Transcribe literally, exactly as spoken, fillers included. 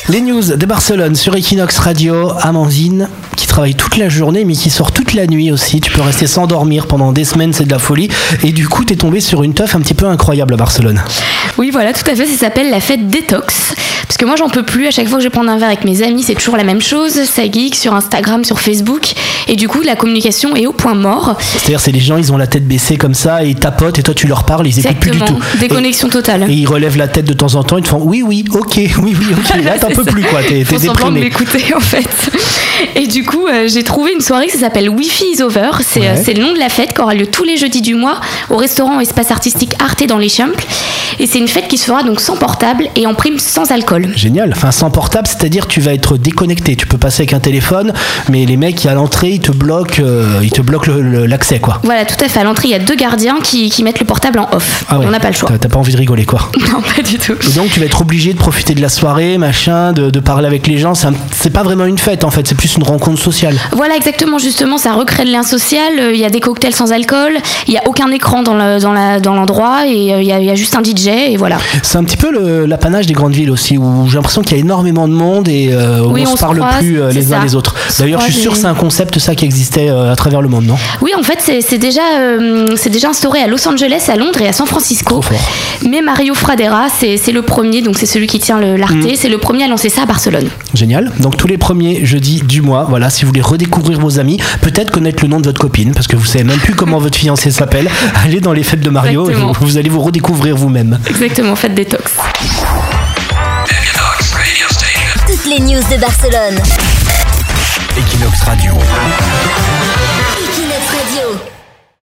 Les news de Barcelone sur Equinox Radio. Amandine qui travaille toute la journée mais qui sort toute la nuit aussi. Tu peux rester sans dormir pendant des semaines, c'est de la folie. Et du coup, t'es tombée sur une teuf un petit peu incroyable à Barcelone. Oui, voilà, tout à fait. Ça s'appelle la fête détox. Parce que moi, j'en peux plus. À chaque fois que je vais prendre un verre avec mes amis, c'est toujours la même chose. Ça geek sur Instagram, sur Facebook. Et du coup, la communication est au point mort. C'est-à-dire, c'est les gens, ils ont la tête baissée comme ça et ils tapotent et toi, tu leur parles, ils écoutent plus du tout. Déconnexion et, totale. Et ils relèvent la tête de temps en temps, ils te font oui, oui, ok, oui, oui, ok. Là, t'en peux plus, quoi. T'es, t'es déprimé. Faut semblant de m'écouter, en fait. Et du coup, euh, j'ai trouvé une soirée qui s'appelle Wi-Fi is Over. C'est, ouais. euh, c'est le nom de la fête qui aura lieu tous les jeudis du mois au restaurant Espace Artistique Arte dans l'Eixample. Et c'est une fête qui se fera donc sans portable et en prime sans alcool. Génial. Enfin, sans portable, c'est-à-dire tu vas être déconnecté. Tu peux passer avec un téléphone, mais les mecs à l'entrée, ils te bloquent, euh, ils te bloquent le, le, l'accès, quoi. Voilà, tout à fait. À l'entrée, il y a deux gardiens qui, qui mettent le portable en off. Ah ouais. On n'a pas le choix. T'as, t'as pas envie de rigoler, quoi. Non, pas du tout. Et donc, tu vas être obligé de profiter de la soirée, machin, de, de parler avec les gens. C'est, un, c'est pas vraiment une fête, en fait. C'est plus une rencontre sociale. Voilà, exactement. Justement, ça recrée le lien social. Il y a des cocktails sans alcool. Il y a aucun écran dans, le, dans, la, dans l'endroit. Et il y, a, il y a juste un D J. Et voilà. C'est un petit peu le, l'apanage des grandes villes aussi, où j'ai l'impression qu'il y a énormément de monde et euh, où oui, on, on se parle croise, plus euh, les uns les autres. D'ailleurs, je suis sûr que c'est un concept ça qui existait euh, à travers le monde, non ? Oui, en fait, c'est, c'est, déjà, euh, c'est déjà instauré à Los Angeles, à Londres et à San Francisco. Mais Mario Fradera, c'est, c'est le premier, donc c'est celui qui tient le, l'Arte, mmh. c'est le premier à lancer ça à Barcelone. Génial. Donc tous les premiers jeudis du mois, voilà, si vous voulez redécouvrir vos amis, peut-être connaître le nom de votre copine, parce que vous savez même plus comment votre fiancé s'appelle, allez dans les fêtes de Mario et vous, vous allez vous redécouvrir vous-même. Exactement, fête détox. Toutes les news de Barcelone. Equinox Radio. Equinox Radio.